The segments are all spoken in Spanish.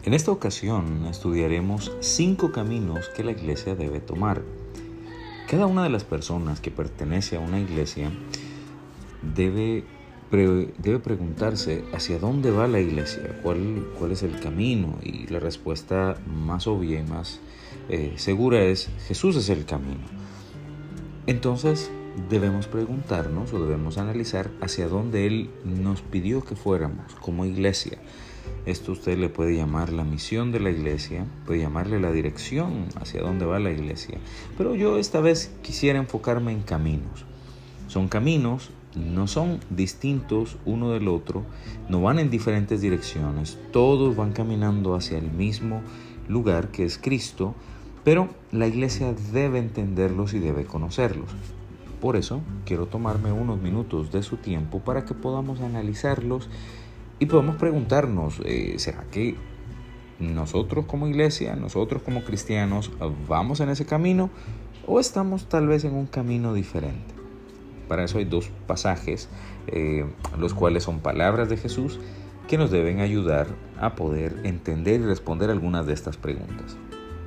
En esta ocasión estudiaremos 5 caminos que la iglesia debe tomar. Cada una de las personas que pertenece a una iglesia debe preguntarse hacia dónde va la iglesia, cuál es el camino, y la respuesta más obvia y más segura es: Jesús es el camino. Entonces debemos preguntarnos o debemos analizar hacia dónde Él nos pidió que fuéramos como iglesia. Esto usted le puede llamar la misión de la iglesia, puede llamarle la dirección hacia dónde va la iglesia. Pero yo esta vez quisiera enfocarme en caminos. Son caminos, no son distintos uno del otro, no van en diferentes direcciones, todos van caminando hacia el mismo lugar que es Cristo, pero la iglesia debe entenderlos y debe conocerlos. Por eso quiero tomarme unos minutos de su tiempo para que podamos analizarlos y podamos preguntarnos, ¿será que nosotros como iglesia, nosotros como cristianos, vamos en ese camino o estamos tal vez en un camino diferente? Para eso hay 2 pasajes, los cuales son palabras de Jesús que nos deben ayudar a poder entender y responder algunas de estas preguntas.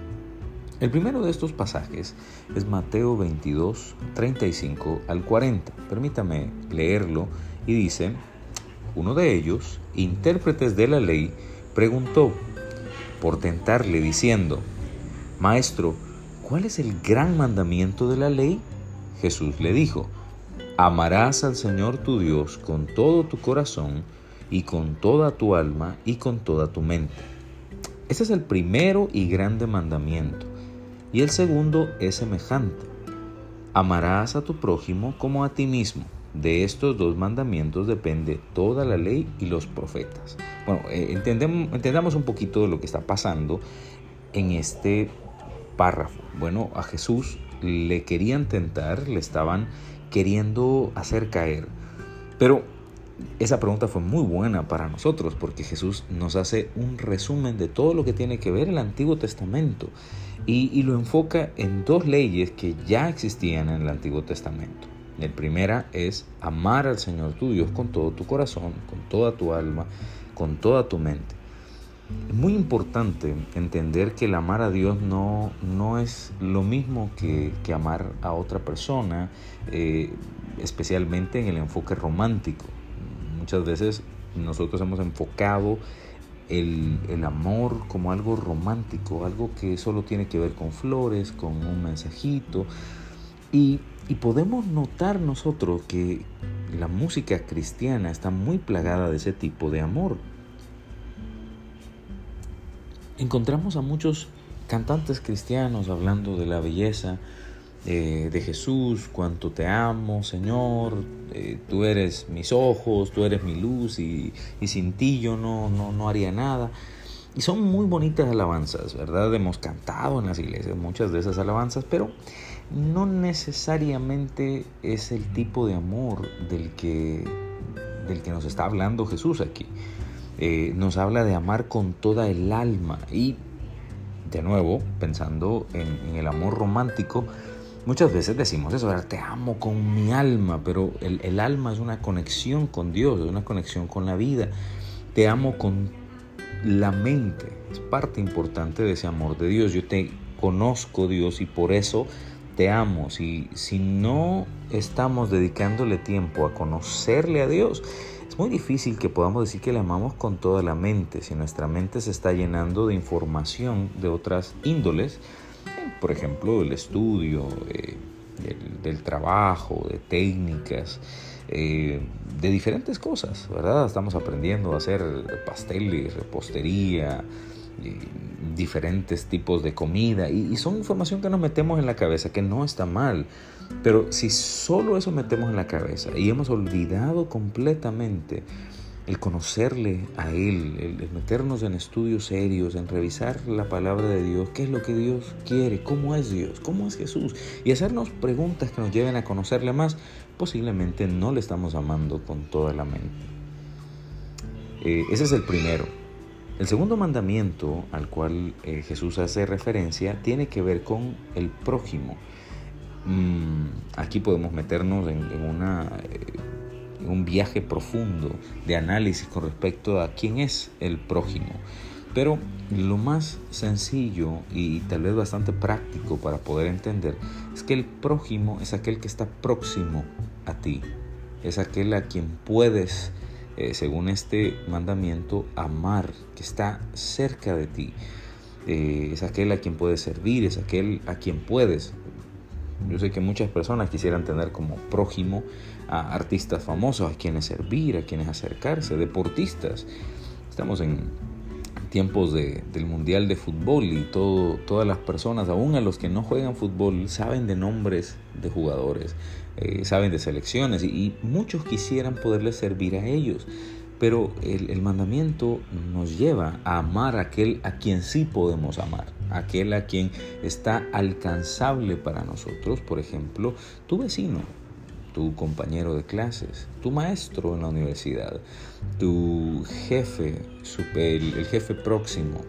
El primero de estos pasajes es Mateo 22, 35 al 40. Permítame leerlo y dice: uno de ellos, intérpretes de la ley, preguntó por tentarle diciendo: Maestro, ¿cuál es el gran mandamiento de la ley? Jesús le dijo: amarás al Señor tu Dios con todo tu corazón y con toda tu alma y con toda tu mente. Este es el primero y grande mandamiento. Y el segundo es semejante: amarás a tu prójimo como a ti mismo. De estos 2 mandamientos depende toda la ley y los profetas. Bueno, entendamos un poquito de lo que está pasando en este párrafo. Bueno, a Jesús le querían tentar, le estaban queriendo hacer caer. Pero esa pregunta fue muy buena para nosotros porque Jesús nos hace un resumen de todo lo que tiene que ver el Antiguo Testamento y lo enfoca en 2 leyes que ya existían en el Antiguo Testamento. La primera es amar al Señor tu Dios con todo tu corazón, con toda tu alma, con toda tu mente. Es muy importante entender que el amar a Dios no es lo mismo que amar a otra persona, especialmente en el enfoque romántico. Muchas veces nosotros hemos enfocado el amor como algo romántico, algo que solo tiene que ver con flores, con un mensajito. Y podemos notar nosotros que la música cristiana está muy plagada de ese tipo de amor. Encontramos a muchos cantantes cristianos hablando de la belleza de Jesús: cuánto te amo, Señor, tú eres mis ojos, tú eres mi luz y sin ti yo no haría nada. Y son muy bonitas alabanzas, ¿verdad? Hemos cantado en las iglesias muchas de esas alabanzas, pero no necesariamente es el tipo de amor del que nos está hablando Jesús aquí. Nos habla de amar con toda el alma. Y de nuevo, pensando en el amor romántico, muchas veces decimos eso: te amo con mi alma, pero el alma es una conexión con Dios, es una conexión con la vida. Te amo con la mente, es parte importante de ese amor de Dios. Yo te conozco, Dios, y por eso te amo. Si no estamos dedicándole tiempo a conocerle a Dios, es muy difícil que podamos decir que le amamos con toda la mente. Si nuestra mente se está llenando de información de otras índoles, por ejemplo, del estudio, del trabajo, de técnicas, de diferentes cosas, ¿verdad? Estamos aprendiendo a hacer pasteles, repostería, diferentes tipos de comida, y son información que nos metemos en la cabeza, que no está mal. Pero si solo eso metemos en la cabeza y hemos olvidado completamente el conocerle a Él, el meternos en estudios serios, en revisar la palabra de Dios, qué es lo que Dios quiere, cómo es Dios, cómo es Jesús, y hacernos preguntas que nos lleven a conocerle más, posiblemente no le estamos amando con toda la mente. Ese es el primero. El segundo mandamiento al cual Jesús hace referencia tiene que ver con el prójimo. Aquí podemos meternos en un viaje profundo de análisis con respecto a quién es el prójimo. Pero lo más sencillo y tal vez bastante práctico para poder entender es que el prójimo es aquel que está próximo a ti, es aquel a quien puedes, según este mandamiento, amar, que está cerca de ti, es aquel a quien puedes servir, es aquel a quien puedes. Yo sé que muchas personas quisieran tener como prójimo a artistas famosos, a quienes servir, a quienes acercarse, deportistas. Estamos en tiempos del Mundial de Fútbol y todas las personas, aún a los que no juegan fútbol, saben de nombres de jugadores, saben de selecciones y muchos quisieran poderles servir a ellos. Pero el mandamiento nos lleva a amar a aquel a quien sí podemos amar, aquel a quien está alcanzable para nosotros. Por ejemplo, tu vecino, tu compañero de clases, tu maestro en la universidad, tu jefe, el jefe próximo,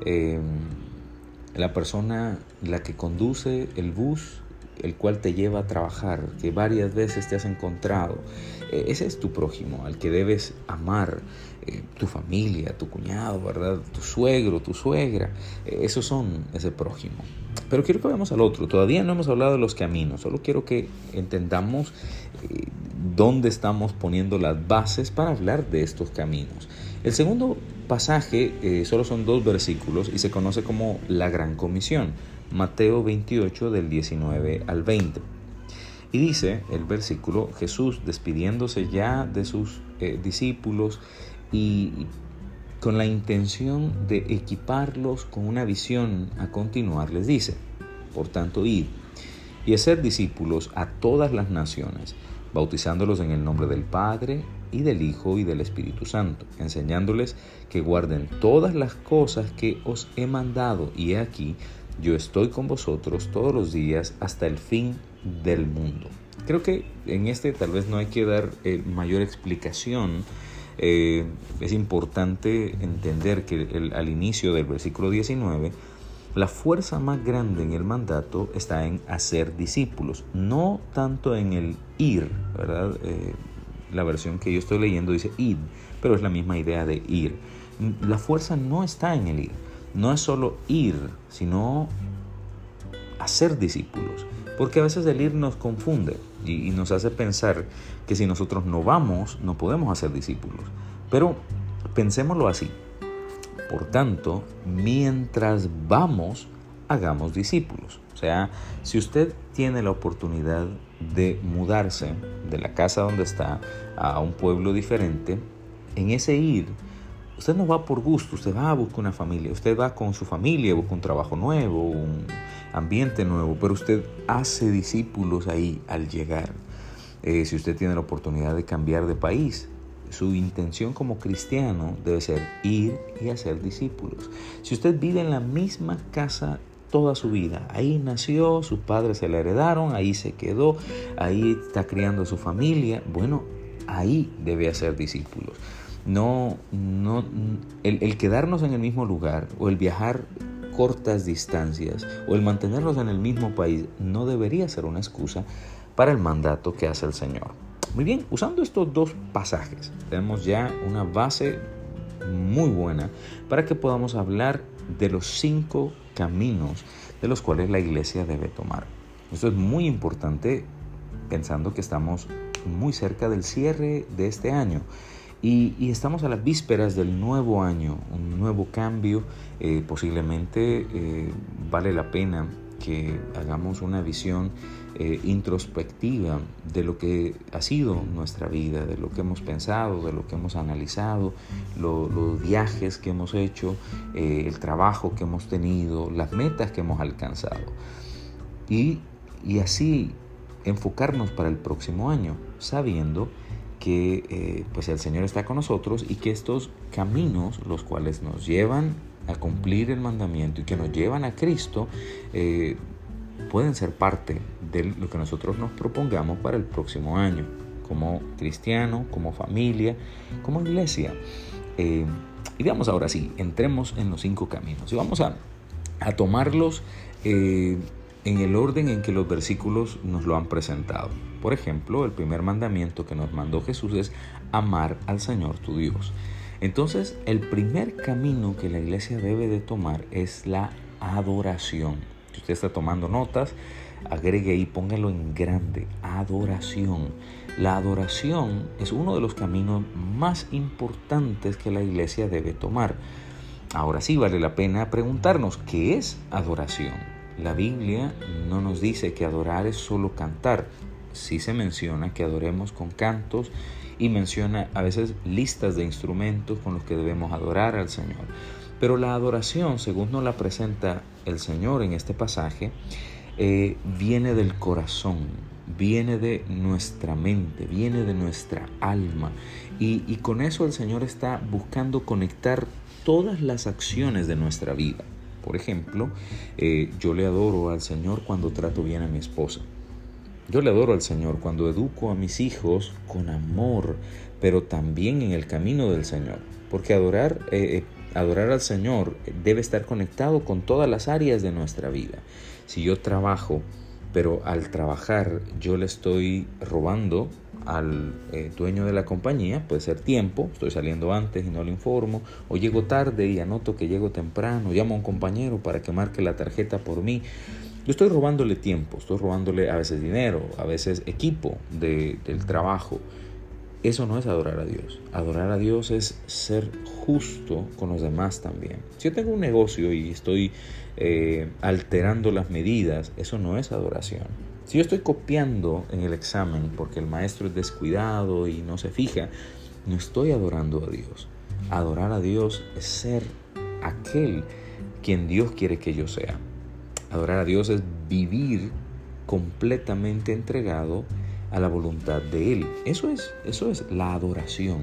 la persona la que conduce el bus, el cual te lleva a trabajar, que varias veces te has encontrado. Ese es tu prójimo, al que debes amar. Tu familia, tu cuñado, ¿verdad? Tu suegro, tu suegra, esos son ese prójimo. Pero quiero que veamos al otro. Todavía no hemos hablado de los caminos, solo quiero que entendamos dónde estamos poniendo las bases para hablar de estos caminos. El segundo pasaje solo son 2 versículos y se conoce como la Gran Comisión, Mateo 28 del 19 al 20. Y dice el versículo, Jesús despidiéndose ya de sus discípulos y con la intención de equiparlos con una visión a continuar, les dice: por tanto, id y hacer discípulos a todas las naciones, bautizándolos en el nombre del Padre y del Hijo y del Espíritu Santo, enseñándoles que guarden todas las cosas que os he mandado, y he aquí, yo estoy con vosotros todos los días hasta el fin del mundo. Creo que en este tal vez no hay que dar mayor explicación. Es importante entender que al inicio del versículo 19, la fuerza más grande en el mandato está en hacer discípulos, no tanto en el ir, ¿verdad? La versión que yo estoy leyendo dice id, pero es la misma idea de ir. La fuerza no está en el ir, no es solo ir, sino hacer discípulos, porque a veces el ir nos confunde y nos hace pensar que si nosotros no vamos, no podemos hacer discípulos. Pero pensémoslo así: por tanto, mientras vamos, hagamos discípulos. O sea, si usted tiene la oportunidad de mudarse de la casa donde está a un pueblo diferente, en ese ir, usted no va por gusto, usted va a buscar una familia, usted va con su familia, busca un trabajo nuevo, un ambiente nuevo, pero usted hace discípulos ahí al llegar. Si usted tiene la oportunidad de cambiar de país, su intención como cristiano debe ser ir y hacer discípulos. Si usted vive en la misma casa toda su vida, ahí nació, sus padres se la heredaron, ahí se quedó, ahí está criando a su familia, bueno, ahí debe hacer discípulos. El quedarnos en el mismo lugar o el viajar cortas distancias o el mantenernos en el mismo país no debería ser una excusa para el mandato que hace el Señor. Muy bien, usando estos 2 pasajes tenemos ya una base muy buena para que podamos hablar de los 5 caminos de los cuales la iglesia debe tomar. Esto es muy importante pensando que estamos muy cerca del cierre de este año y estamos a las vísperas del nuevo año, un nuevo cambio. Posiblemente vale la pena que hagamos una visión introspectiva de lo que ha sido nuestra vida, de lo que hemos pensado, de lo que hemos analizado, los viajes que hemos hecho, el trabajo que hemos tenido, las metas que hemos alcanzado. Y así enfocarnos para el próximo año, sabiendo que pues el Señor está con nosotros y que estos caminos, los cuales nos llevan a cumplir el mandamiento y que nos llevan a Cristo, pueden ser parte de lo que nosotros nos propongamos para el próximo año, como cristiano, como familia, como iglesia. Y vamos ahora sí, entremos en los 5 caminos y vamos a tomarlos en el orden en que los versículos nos lo han presentado. Por ejemplo, el primer mandamiento que nos mandó Jesús es amar al Señor tu Dios. Entonces, el primer camino que la iglesia debe de tomar es la adoración. Si usted está tomando notas, agregue y póngalo en grande: adoración. La adoración es uno de los caminos más importantes que la iglesia debe tomar. Ahora sí vale la pena preguntarnos: ¿qué es adoración? La Biblia no nos dice que adorar es solo cantar. Sí se menciona que adoremos con cantos y menciona a veces listas de instrumentos con los que debemos adorar al Señor. Pero la adoración, según nos la presenta el Señor en este pasaje, viene del corazón, viene de nuestra mente, viene de nuestra alma. Y con eso el Señor está buscando conectar todas las acciones de nuestra vida. Por ejemplo, yo le adoro al Señor cuando trato bien a mi esposa. Yo le adoro al Señor cuando educo a mis hijos con amor, pero también en el camino del Señor. Porque adorar al Señor debe estar conectado con todas las áreas de nuestra vida. Si yo trabajo, pero al trabajar yo le estoy robando al dueño de la compañía, puede ser tiempo, estoy saliendo antes y no le informo, o llego tarde y anoto que llego temprano, llamo a un compañero para que marque la tarjeta por mí. Yo estoy robándole tiempo, estoy robándole a veces dinero, a veces equipo del trabajo. Eso no es adorar a Dios. Adorar a Dios es ser justo con los demás también. Si yo tengo un negocio y estoy alterando las medidas, eso no es adoración. Si yo estoy copiando en el examen porque el maestro es descuidado y no se fija, no estoy adorando a Dios. Adorar a Dios es ser aquel quien Dios quiere que yo sea. Adorar a Dios es vivir completamente entregado a la voluntad de Él. Eso es la adoración.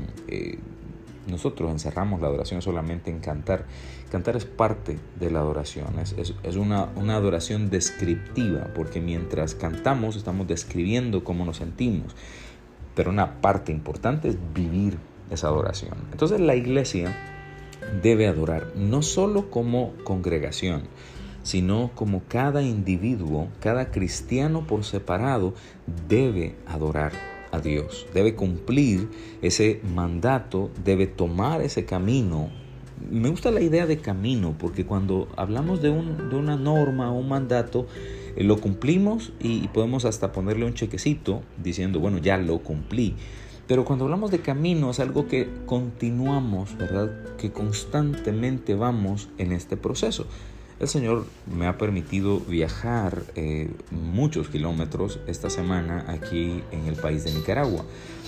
Nosotros encerramos la adoración solamente en cantar. Cantar es parte de la adoración. Es una adoración descriptiva, porque mientras cantamos estamos describiendo cómo nos sentimos. Pero una parte importante es vivir esa adoración. Entonces la iglesia debe adorar, no solo como congregación, sino como cada individuo, cada cristiano por separado debe adorar a Dios, debe cumplir ese mandato, debe tomar ese camino. Me gusta la idea de camino, porque cuando hablamos de una norma o un mandato, lo cumplimos y podemos hasta ponerle un chequecito diciendo, bueno, ya lo cumplí. Pero cuando hablamos de camino es algo que continuamos, ¿verdad? Que constantemente vamos en este proceso. El Señor me ha permitido viajar muchos kilómetros esta semana aquí en el país de Nicaragua.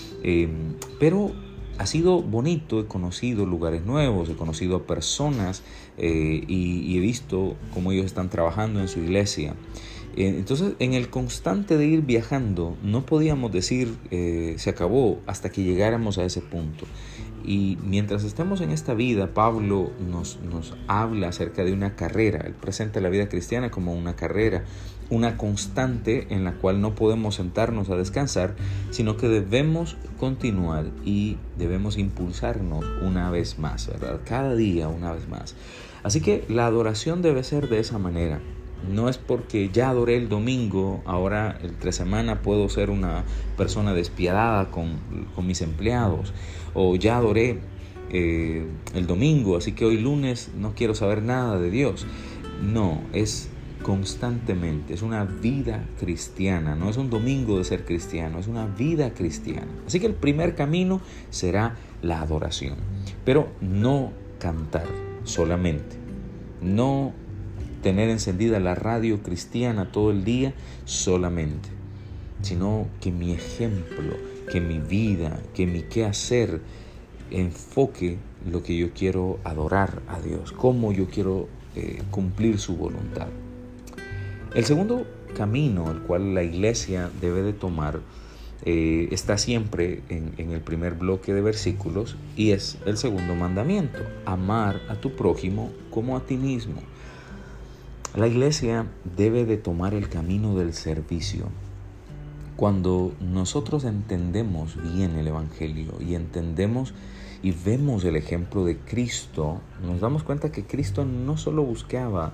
Pero ha sido bonito, he conocido lugares nuevos, he conocido a personas y he visto cómo ellos están trabajando en su iglesia. Entonces, en el constante de ir viajando, no podíamos decir se acabó hasta que llegáramos a ese punto. Y mientras estemos en esta vida, Pablo nos habla acerca de una carrera. Él presenta la vida cristiana como una carrera, una constante en la cual no podemos sentarnos a descansar, sino que debemos continuar y debemos impulsarnos una vez más, ¿verdad? Cada día una vez más. Así que la adoración debe ser de esa manera. No es porque ya adoré el domingo, ahora entre semana puedo ser una persona despiadada con mis empleados, o ya adoré el domingo, así que hoy lunes no quiero saber nada de Dios. No, es constantemente, es una vida cristiana, no es un domingo de ser cristiano, es una vida cristiana. Así que el primer camino será la adoración, pero no cantar solamente, no tener encendida la radio cristiana todo el día solamente, sino que mi ejemplo, que mi vida, que mi quehacer enfoque lo que yo quiero adorar a Dios, cómo yo quiero cumplir su voluntad. El segundo camino el cual la iglesia debe de tomar está siempre en el primer bloque de versículos, y es el segundo mandamiento: amar a tu prójimo como a ti mismo. La iglesia debe de tomar el camino del servicio. Cuando nosotros entendemos bien el Evangelio y entendemos y vemos el ejemplo de Cristo, nos damos cuenta que Cristo no solo buscaba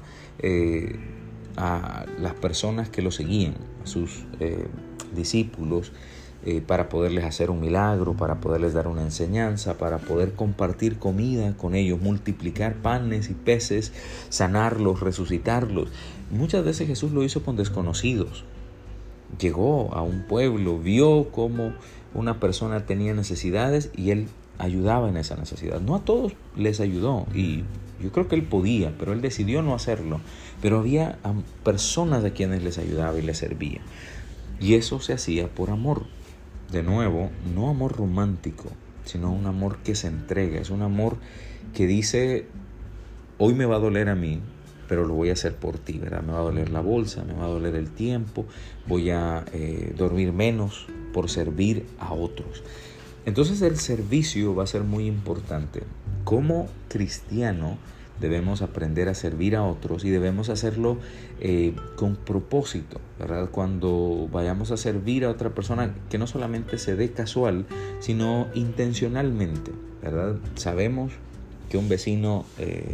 a las personas que lo seguían, a sus discípulos, para poderles hacer un milagro, para poderles dar una enseñanza, para poder compartir comida con ellos, multiplicar panes y peces, sanarlos, resucitarlos. Muchas veces Jesús lo hizo con desconocidos. Llegó a un pueblo, vio cómo una persona tenía necesidades y Él ayudaba en esa necesidad. No a todos les ayudó y yo creo que Él podía, pero Él decidió no hacerlo. Pero había personas a quienes les ayudaba y les servía. Y eso se hacía por amor. De nuevo, no amor romántico, sino un amor que se entrega. Es un amor que dice, hoy me va a doler a mí, pero lo voy a hacer por ti, ¿verdad? Me va a doler la bolsa, me va a doler el tiempo, voy a dormir menos por servir a otros. Entonces el servicio va a ser muy importante. Como cristiano debemos aprender a servir a otros y debemos hacerlo con propósito, ¿verdad? Cuando vayamos a servir a otra persona, que no solamente se dé casual, sino intencionalmente, ¿verdad? Sabemos que un vecino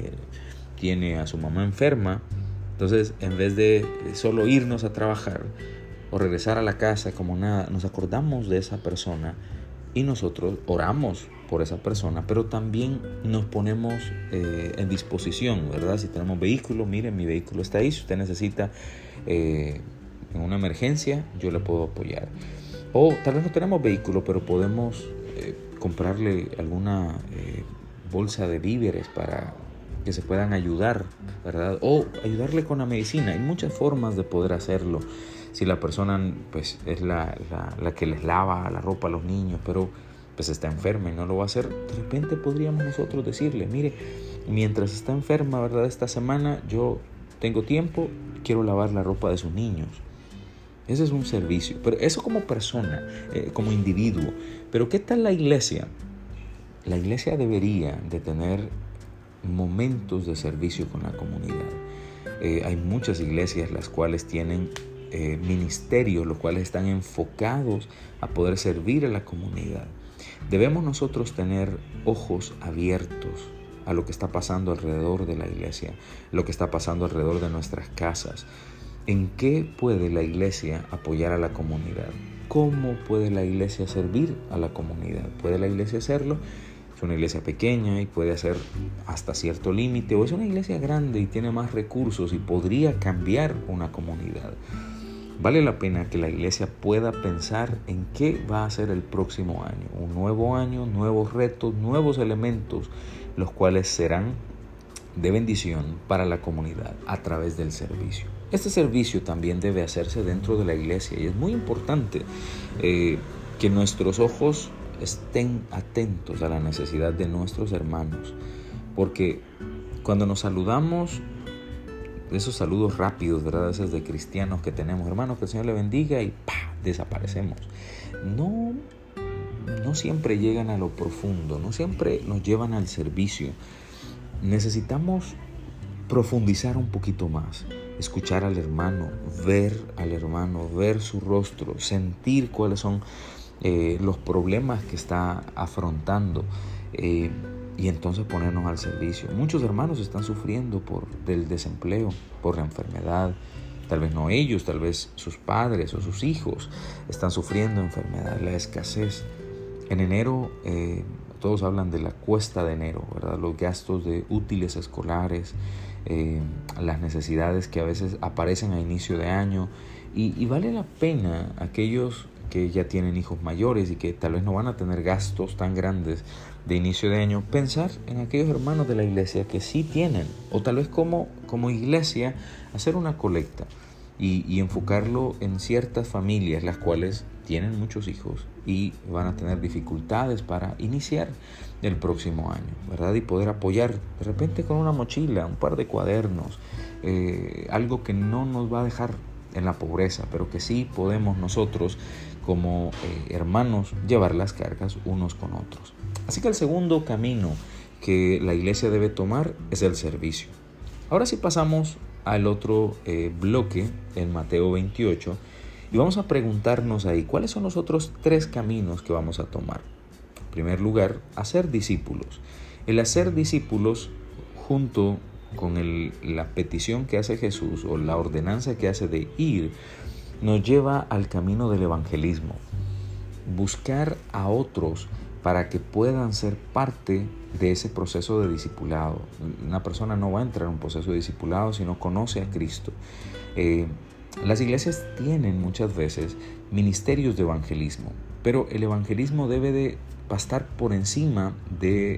tiene a su mamá enferma, entonces en vez de solo irnos a trabajar o regresar a la casa como nada, nos acordamos de esa persona y nosotros oramos por esa persona, pero también nos ponemos en disposición, ¿verdad? Si tenemos vehículo, miren, mi vehículo está ahí, si usted necesita en una emergencia, yo le puedo apoyar. O tal vez no tenemos vehículo, pero podemos comprarle alguna bolsa de víveres para que se puedan ayudar, ¿verdad? O ayudarle con la medicina. Hay muchas formas de poder hacerlo. Si la persona pues es la que les lava la ropa a los niños, pero pues está enferma y no lo va a hacer, de repente podríamos nosotros decirle, mire, mientras está enferma, ¿verdad? Esta semana yo tengo tiempo, quiero lavar la ropa de sus niños. Ese es un servicio, pero eso como persona, como individuo. Pero ¿qué tal la iglesia? La iglesia debería de tener momentos de servicio con la comunidad. Hay muchas iglesias las cuales tienen ministerios, los cuales están enfocados a poder servir a la comunidad. Debemos nosotros tener ojos abiertos a lo que está pasando alrededor de la iglesia, lo que está pasando alrededor de nuestras casas. ¿En qué puede la iglesia apoyar a la comunidad? ¿Cómo puede la iglesia servir a la comunidad? ¿Puede la iglesia hacerlo? Es una iglesia pequeña y puede hacer hasta cierto límite, o es una iglesia grande y tiene más recursos y podría cambiar una comunidad. Vale la pena que la iglesia pueda pensar en qué va a ser el próximo año. Un nuevo año, nuevos retos, nuevos elementos, los cuales serán de bendición para la comunidad a través del servicio. Este servicio también debe hacerse dentro de la iglesia y es muy importante que nuestros ojos estén atentos a la necesidad de nuestros hermanos, porque cuando nos saludamos, esos saludos rápidos, ¿verdad? Esos de cristianos que tenemos, hermanos, que el Señor le bendiga, y ¡pah!, desaparecemos. No siempre llegan a lo profundo, no siempre nos llevan al servicio. Necesitamos profundizar un poquito más, escuchar al hermano, ver su rostro, sentir cuáles son los problemas que está afrontando y entonces ponernos al servicio. Muchos hermanos están sufriendo del desempleo, por la enfermedad. Tal vez no ellos, tal vez sus padres o sus hijos están sufriendo enfermedad, la escasez. En enero todos hablan de la cuesta de enero, ¿verdad? Los gastos de útiles escolares, las necesidades que a veces aparecen a inicio de año y vale la pena aquellos que ya tienen hijos mayores y que tal vez no van a tener gastos tan grandes de inicio de año, pensar en aquellos hermanos de la iglesia que sí tienen, o tal vez como iglesia hacer una colecta y enfocarlo en ciertas familias las cuales tienen muchos hijos y van a tener dificultades para iniciar el próximo año, ¿verdad? Y poder apoyar de repente con una mochila, un par de cuadernos, algo que no nos va a dejar en la pobreza, pero que sí podemos nosotros como hermanos llevar las cargas unos con otros. Así que el segundo camino que la iglesia debe tomar es el servicio. Ahora sí pasamos al otro bloque en Mateo 28 y vamos a preguntarnos ahí cuáles son los otros 3 caminos que vamos a tomar. En primer lugar, hacer discípulos. El hacer discípulos junto con la petición que hace Jesús o la ordenanza que hace de ir, nos lleva al camino del evangelismo. buscar a otros para que puedan ser parte de ese proceso de discipulado. Una persona no va a entrar en un proceso de discipulado si no conoce a Cristo. Las iglesias tienen muchas veces ministerios de evangelismo, pero el evangelismo debe de estar por encima de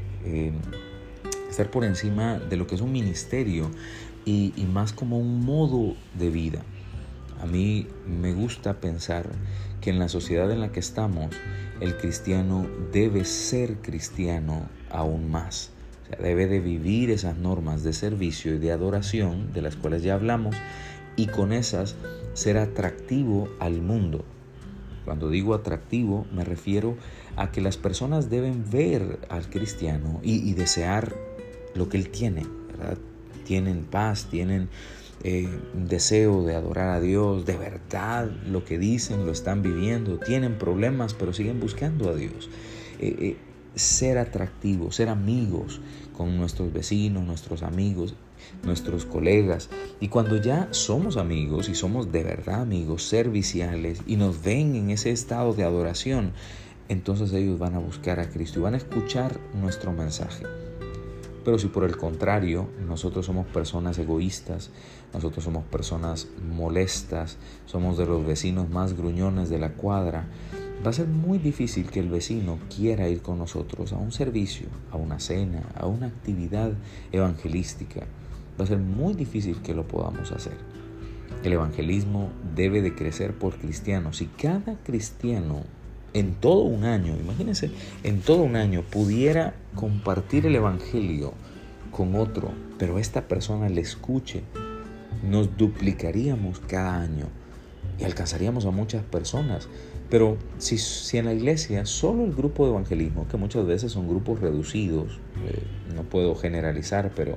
lo que es un ministerio y más como un modo de vida. A mí me gusta pensar que en la sociedad en la que estamos, el cristiano debe ser cristiano aún más. O sea, debe de vivir esas normas de servicio y de adoración de las cuales ya hablamos, y con esas ser atractivo al mundo. Cuando digo atractivo, me refiero a que las personas deben ver al cristiano y desear lo que él tiene, ¿verdad? Tienen paz, tienen un deseo de adorar a Dios, de verdad lo que dicen lo están viviendo, tienen problemas pero siguen buscando a Dios. Ser atractivos, ser amigos con nuestros vecinos, nuestros amigos, nuestros colegas, y cuando ya somos amigos y somos de verdad amigos serviciales y nos ven en ese estado de adoración, entonces ellos van a buscar a Cristo y van a escuchar nuestro mensaje. Pero si por el contrario nosotros somos personas egoístas, nosotros somos personas molestas, somos de los vecinos más gruñones de la cuadra, va a ser muy difícil que el vecino quiera ir con nosotros a un servicio, a una cena, a una actividad evangelística. Va a ser muy difícil que lo podamos hacer. El evangelismo debe de crecer por cristianos. Si cada cristiano en todo un año, imagínense, en todo un año pudiera compartir el evangelio con otro, pero esta persona le escuche, nos duplicaríamos cada año y alcanzaríamos a muchas personas. Pero si en la iglesia solo el grupo de evangelismo, que muchas veces son grupos reducidos, no puedo generalizar, pero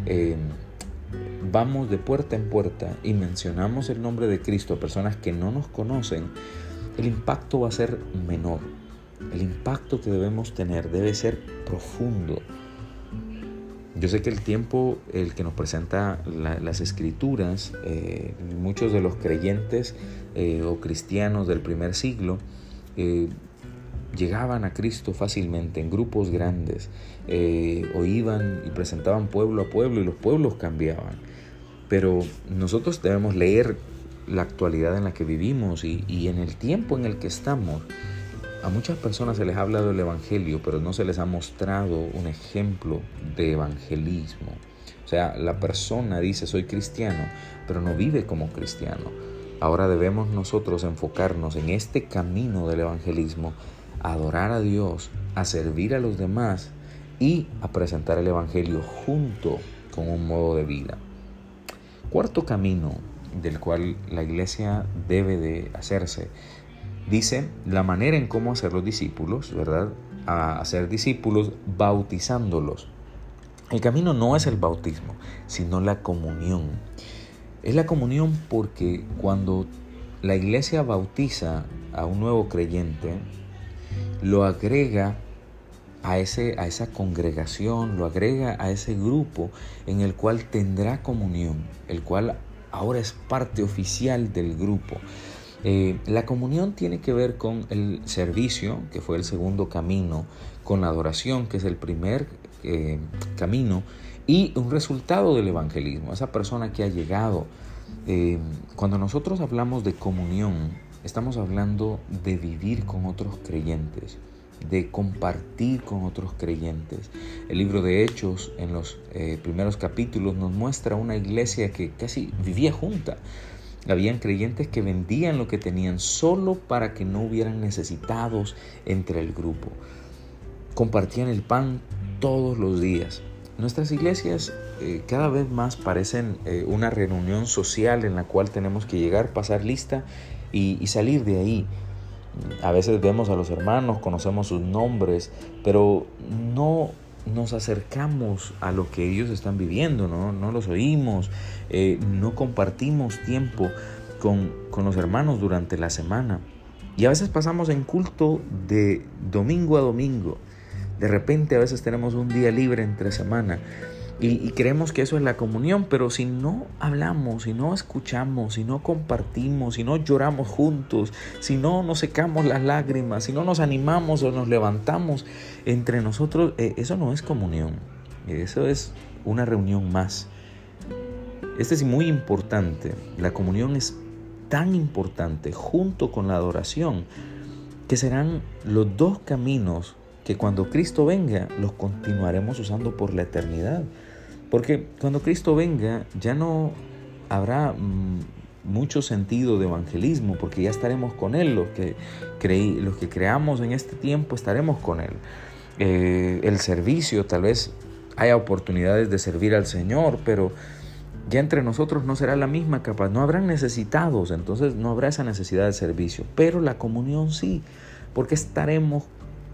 vamos de puerta en puerta y mencionamos el nombre de Cristo a personas que no nos conocen, el impacto va a ser menor. El impacto que debemos tener debe ser profundo. Yo sé que el tiempo, el que nos presenta las escrituras, muchos de los creyentes o cristianos del primer siglo llegaban a Cristo fácilmente en grupos grandes, o iban y presentaban pueblo a pueblo y los pueblos cambiaban. Pero nosotros debemos leer la actualidad en la que vivimos y en el tiempo en el que estamos. A muchas personas se les ha hablado del evangelio, pero no se les ha mostrado un ejemplo de evangelismo. O sea, la persona dice soy cristiano, pero no vive como cristiano. Ahora debemos nosotros enfocarnos en este camino del evangelismo, a adorar a Dios, a servir a los demás y a presentar el evangelio junto con un modo de vida. Cuarto camino del cual la iglesia debe de hacerse, dice la manera en cómo hacer los discípulos, ¿verdad? A hacer discípulos bautizándolos. El camino no es el bautismo, sino la comunión. Es la comunión porque cuando la iglesia bautiza a un nuevo creyente, lo agrega a esa congregación, lo agrega a ese grupo en el cual tendrá comunión, el cual ahora es parte oficial del grupo. La comunión tiene que ver con el servicio, que fue el segundo camino, con la adoración, que es el primer camino, y un resultado del evangelismo, esa persona que ha llegado. Cuando nosotros hablamos de comunión, estamos hablando de vivir con otros creyentes, de compartir con otros creyentes. El libro de Hechos, en los primeros capítulos, nos muestra una iglesia que casi vivía junta. Habían creyentes que vendían lo que tenían solo para que no hubieran necesitados entre el grupo. Compartían el pan todos los días. Nuestras iglesias cada vez más parecen una reunión social en la cual tenemos que llegar, pasar lista y salir de ahí. A veces vemos a los hermanos, conocemos sus nombres, pero no nos acercamos a lo que ellos están viviendo, no los oímos, no compartimos tiempo con los hermanos durante la semana. Y a veces pasamos en culto de domingo a domingo. De repente a veces tenemos un día libre entre semana Y creemos que eso es la comunión, pero si no hablamos, si no escuchamos, si no compartimos, si no lloramos juntos, si no nos secamos las lágrimas, si no nos animamos o nos levantamos entre nosotros, eso no es comunión. Eso es una reunión más. Este es muy importante. La comunión es tan importante junto con la adoración que serán los dos caminos que cuando Cristo venga los continuaremos usando por la eternidad. Porque cuando Cristo venga ya no habrá mucho sentido de evangelismo, porque ya estaremos con Él. Los que creamos en este tiempo estaremos con Él. El servicio, tal vez haya oportunidades de servir al Señor, pero ya entre nosotros no será la misma capa, no habrán necesitados, entonces no habrá esa necesidad de servicio. Pero la comunión sí, porque estaremos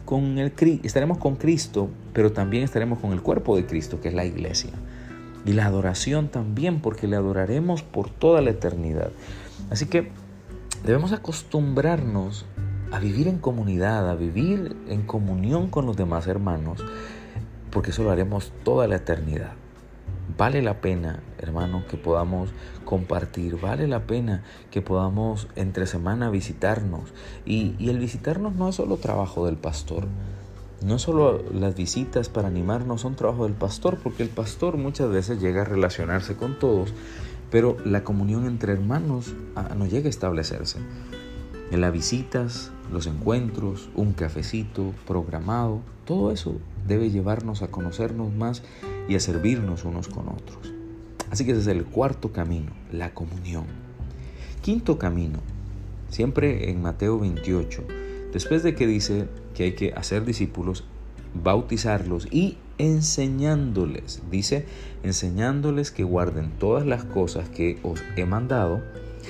con Cristo, pero también estaremos con el cuerpo de Cristo, que es la iglesia. Y la adoración también, porque le adoraremos por toda la eternidad. Así que debemos acostumbrarnos a vivir en comunidad, a vivir en comunión con los demás hermanos, porque eso lo haremos toda la eternidad. Vale la pena, hermano, que podamos compartir, vale la pena que podamos entre semana visitarnos. Y el visitarnos no es solo trabajo del pastor, no es solo las visitas para animarnos, son trabajo del pastor, porque el pastor muchas veces llega a relacionarse con todos, pero la comunión entre hermanos no llega a establecerse. En las visitas, los encuentros, un cafecito programado, todo eso debe llevarnos a conocernos más y a servirnos unos con otros. Así que ese es el cuarto camino, la comunión. Quinto camino, siempre en Mateo 28, después de que dice que hay que hacer discípulos, bautizarlos y enseñándoles, dice, enseñándoles que guarden todas las cosas que os he mandado.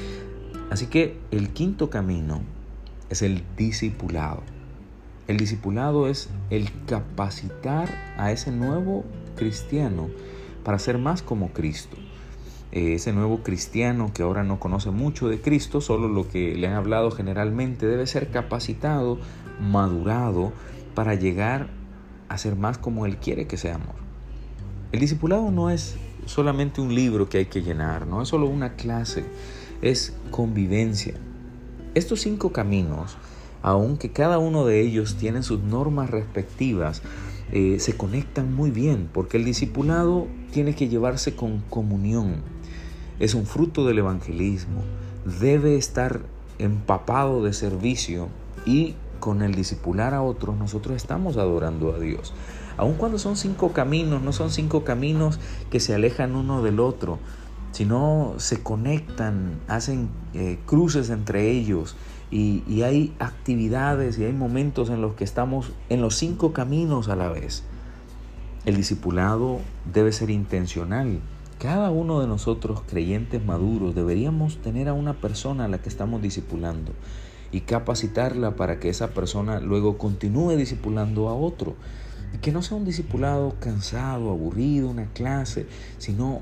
Así que el quinto camino es el discipulado. El discipulado es el capacitar a ese nuevo cristiano para ser más como Cristo. Ese nuevo cristiano que ahora no conoce mucho de Cristo, solo lo que le han hablado generalmente, debe ser capacitado, madurado, para llegar a ser más como Él quiere que seamos. El discipulado no es solamente un libro que hay que llenar, no es solo una clase, es convivencia. Estos 5 caminos, aunque cada uno de ellos tiene sus normas respectivas, se conectan muy bien, porque el discipulado tiene que llevarse con comunión. Es un fruto del evangelismo, debe estar empapado de servicio, y con el discipular a otros nosotros estamos adorando a Dios. Aun cuando son 5 caminos, no son 5 caminos que se alejan uno del otro, sino se conectan, hacen cruces entre ellos, y hay actividades y hay momentos en los que estamos en los 5 caminos a la vez. El discipulado debe ser intencional. Cada uno de nosotros, creyentes maduros, deberíamos tener a una persona a la que estamos discipulando y capacitarla para que esa persona luego continúe discipulando a otro. Y que no sea un discipulado cansado, aburrido, una clase, sino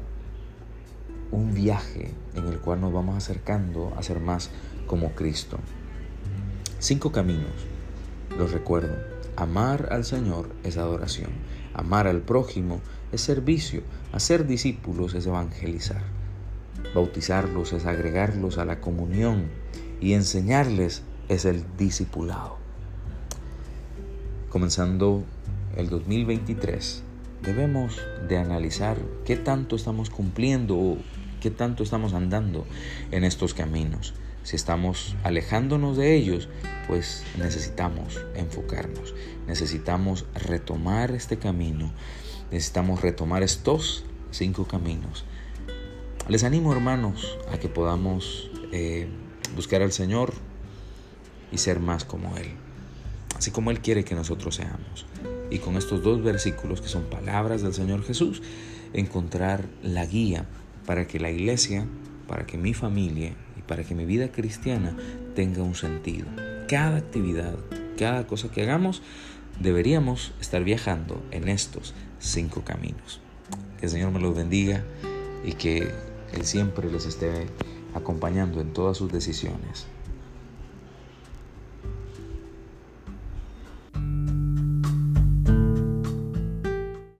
un viaje en el cual nos vamos acercando a ser más como Cristo. 5 caminos, los recuerdo. Amar al Señor es adoración. Amar al prójimo es servicio. Hacer discípulos es evangelizar. Bautizarlos es agregarlos a la comunión. Y enseñarles es el discipulado. Comenzando el 2023, debemos de analizar qué tanto estamos cumpliendo o qué tanto estamos andando en estos caminos. Si estamos alejándonos de ellos, pues necesitamos enfocarnos, necesitamos retomar este camino, necesitamos retomar estos 5 caminos. Les animo, hermanos, a que podamos buscar al Señor y ser más como Él, así como Él quiere que nosotros seamos. Y con estos 2 versículos, que son palabras del Señor Jesús, encontrar la guía para que la iglesia, para que mi familia y para que mi vida cristiana tenga un sentido. Cada actividad, cada cosa que hagamos, deberíamos estar viajando en estos 5 caminos. Que el Señor me los bendiga y que Él siempre les esté acompañando en todas sus decisiones.